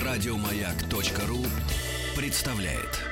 Радиомаяк.ру представляет.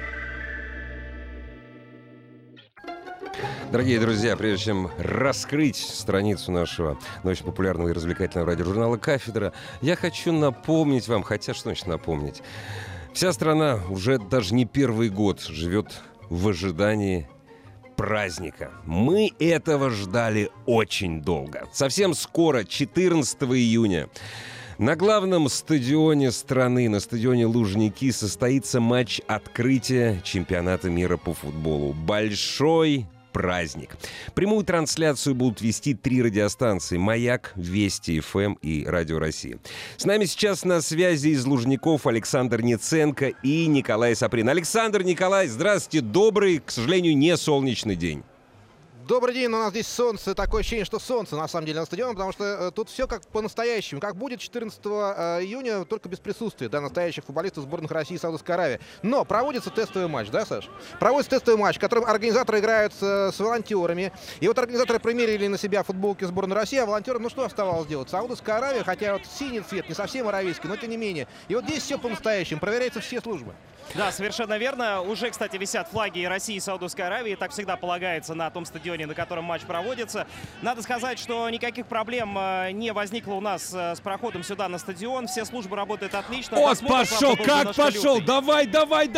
Дорогие друзья, прежде чем раскрыть страницу нашего очень популярного и развлекательного радиожурнала «Кафедра», я хочу напомнить вам, хотя что значит напомнить? Вся страна уже даже не первый год живет в ожидании праздника. Мы этого ждали очень долго. Совсем скоро, 14 июня, на главном стадионе страны, на стадионе Лужники, состоится матч открытия чемпионата мира по футболу. Большой праздник. Прямую трансляцию будут вести 3 радиостанции: «Маяк», «Вести ФМ» и «Радио России». С нами сейчас на связи из Лужников Александр Ниценко и Николай Саприн. Александр, Николай, здравствуйте. Добрый, к сожалению, не солнечный день. Добрый день, у нас здесь солнце, такое ощущение, что солнце на самом деле на стадионе, потому что тут все как по-настоящему, как будет 14 июня, только без присутствия, да, настоящих футболистов сборных России и Саудовской Аравии. Но проводится тестовый матч, да, Саш? Проводится тестовый матч, в котором организаторы играют с волонтерами. И вот организаторы примерили на себя футболки сборной России, а волонтерам, ну что оставалось делать? Саудовская Аравия, хотя вот синий цвет, не совсем аравийский, но тем не менее. И вот здесь все по-настоящему, проверяются все службы. Да, совершенно верно. Уже, кстати, висят флаги России и Саудовской Аравии. Так всегда полагается на том стадионе, на котором матч проводится. Надо сказать, что никаких проблем не возникло у нас с проходом сюда на стадион. Все службы работают отлично. Вот пошел, как пошел! Давай!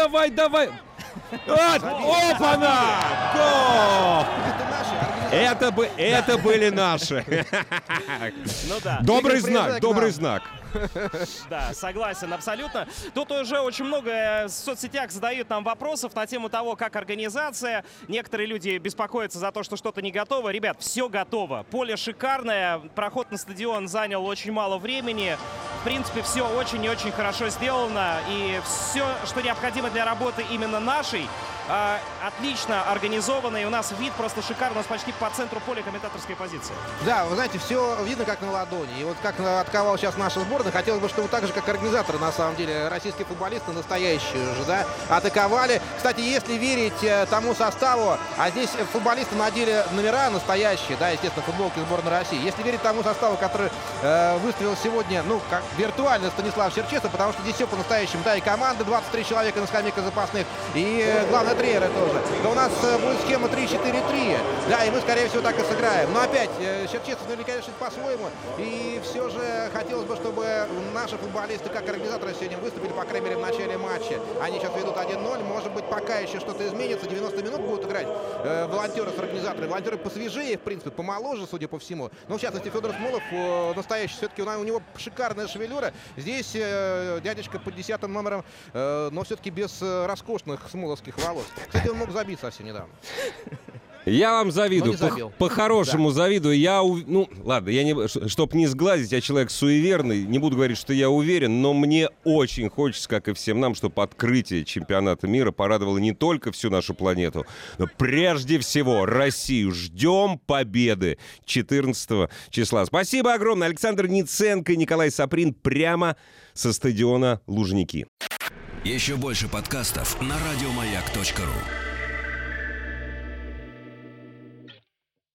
Вот, опа-на! Это были наши. Ну да. Добрый знак. Да, согласен абсолютно. Тут уже очень много в соцсетях задают нам вопросов на тему того, как организация. Некоторые люди беспокоятся за то, что что-то не готово. Ребят, все готово. Поле шикарное. Проход на стадион занял очень мало времени. В принципе, все очень и очень хорошо сделано. И все, что необходимо для работы именно нашей, отлично организовано. И у нас вид просто шикарный. У нас почти по центру поля комментаторская позиция. Да, вы знаете, все видно как на ладони. И вот как отковал сейчас наша сборная, хотелось бы, чтобы так же, как организаторы, на самом деле, российские футболисты, настоящие уже, да, атаковали. Кстати, если верить тому составу, а здесь футболисты надели номера настоящие, да, естественно, футболки сборной России. Если верить тому составу, который выставил сегодня, ну, как виртуально Станислав Черчесов, потому что здесь все по-настоящему, да, и команда 23 человека на скамейках запасных, и главное, тренеры тоже. То у нас будет схема 3-4-3, да, и мы, скорее всего, так и сыграем. Но опять, Черчесов наверняка решит по-своему, и все же хотелось бы, чтобы наши футболисты, как организаторы, сегодня выступили, по крайней мере, в начале матча. Они сейчас ведут 1-0, может быть, пока еще что-то изменится, 90 минут будут играть волонтеры с организаторами. Волонтеры посвежее, в принципе, помоложе, судя по всему. Но, в частности, Федор Смолов, настоящий, все-таки у него шикарная шевелюра. Здесь дядечка под 10 номером, но все-таки без роскошных смоловских волос. Кстати, он мог забить совсем недавно. Я вам завидую, по-хорошему завидую. Чтоб не сглазить, я человек суеверный, не буду говорить, что я уверен, но мне очень хочется, как и всем нам, чтобы открытие чемпионата мира порадовало не только всю нашу планету, но прежде всего Россию. Ждем победы 14 числа. Спасибо огромное. Александр Ниценко и Николай Саприн прямо со стадиона Лужники. Еще больше подкастов на радиомаяк.ру.